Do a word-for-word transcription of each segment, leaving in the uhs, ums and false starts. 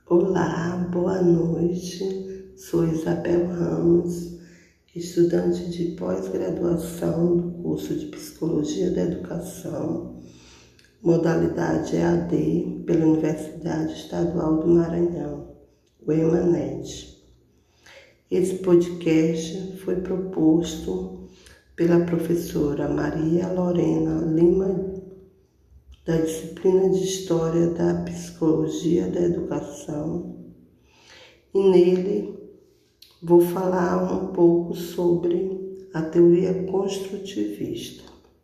Olá, boa noite. Sou Isabel Ramos, estudante de pós-graduação do curso de Psicologia da Educação, modalidade E A D, pela Universidade Estadual do Maranhão, o EMANET. Esse podcast foi proposto pela professora Maria Lorena Lima, da disciplina de História da Psicologia da Educação, e nele vou falar um pouco sobre a teoria construtivista.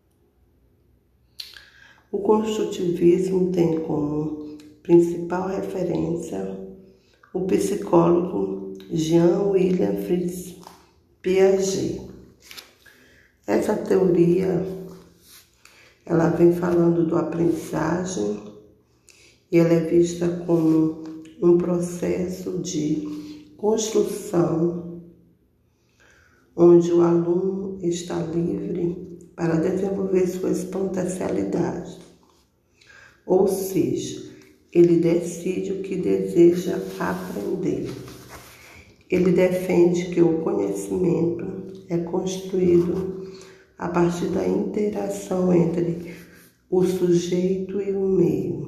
O construtivismo tem como principal referência o psicólogo Jean William Fritz Piaget. Essa teoria ela vem falando do aprendizagem e ela é vista como um processo de construção onde o aluno está livre para desenvolver suas potencialidades, ou seja, ele decide o que deseja aprender. Ele defende que o conhecimento é construído a partir da interação entre o sujeito e o meio,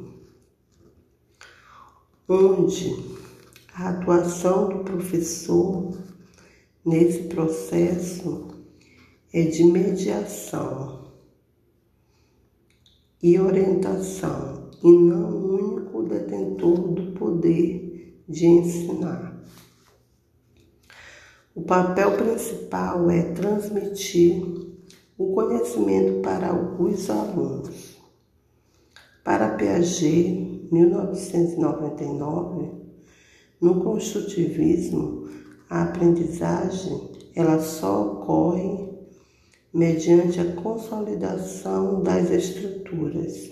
onde a atuação do professor nesse processo é de mediação e orientação, e não o único detentor do poder de ensinar. O papel principal é transmitir o conhecimento para os alunos. Para Piaget, mil novecentos e noventa e nove, no construtivismo, a aprendizagem ela só ocorre mediante a consolidação das estruturas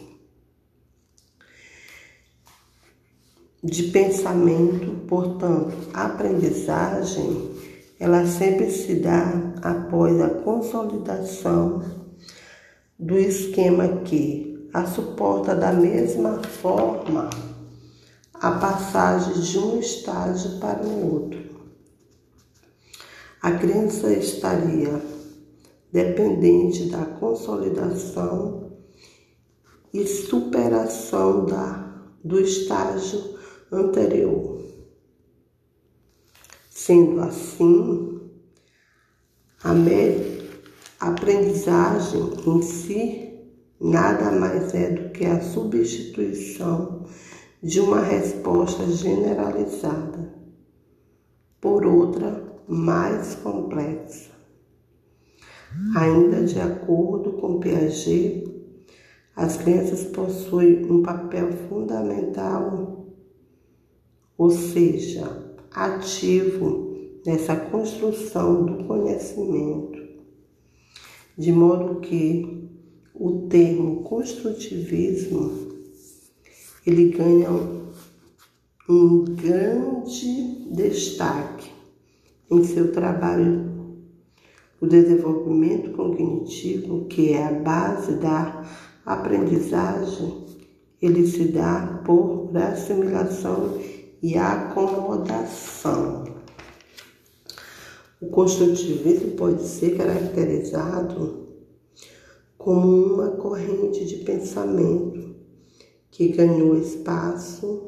de pensamento. Portanto, a aprendizagem ela sempre se dá após a consolidação do esquema que a suporta da mesma forma a passagem de um estágio para o outro. A criança estaria dependente da consolidação e superação da, do estágio anterior. Sendo assim, a aprendizagem em si nada mais é do que a substituição de uma resposta generalizada por outra mais complexa. Ainda de acordo com Piaget, as crianças possuem um papel fundamental, ou seja, ativo nessa construção do conhecimento, de modo que o termo construtivismo ele ganha um grande destaque em seu trabalho, o desenvolvimento cognitivo, que é a base da aprendizagem. Ele se dá por assimilação e acomodação. O construtivismo pode ser caracterizado como uma corrente de pensamento que ganhou espaço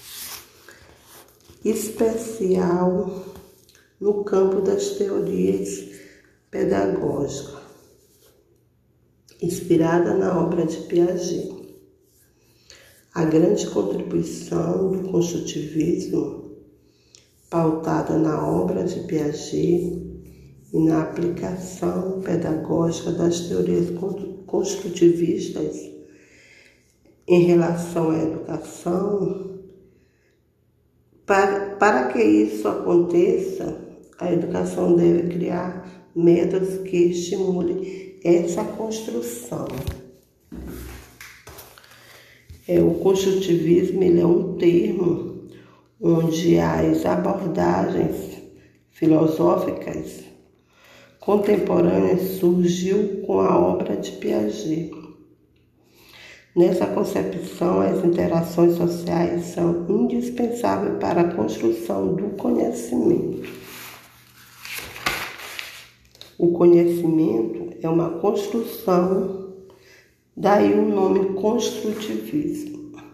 especial no campo das teorias pedagógicas, inspirada na obra de Piaget. A grande contribuição do construtivismo, pautada na obra de Piaget e na aplicação pedagógica das teorias construtivistas em relação à educação, para, para que isso aconteça, a educação deve criar métodos que estimulem essa construção. É, o construtivismo ele é um termo onde as abordagens filosóficas contemporâneas surgiu com a obra de Piaget. Nessa concepção, as interações sociais são indispensáveis para para a construção do conhecimento. O conhecimento é uma construção, daí o nome construtivismo.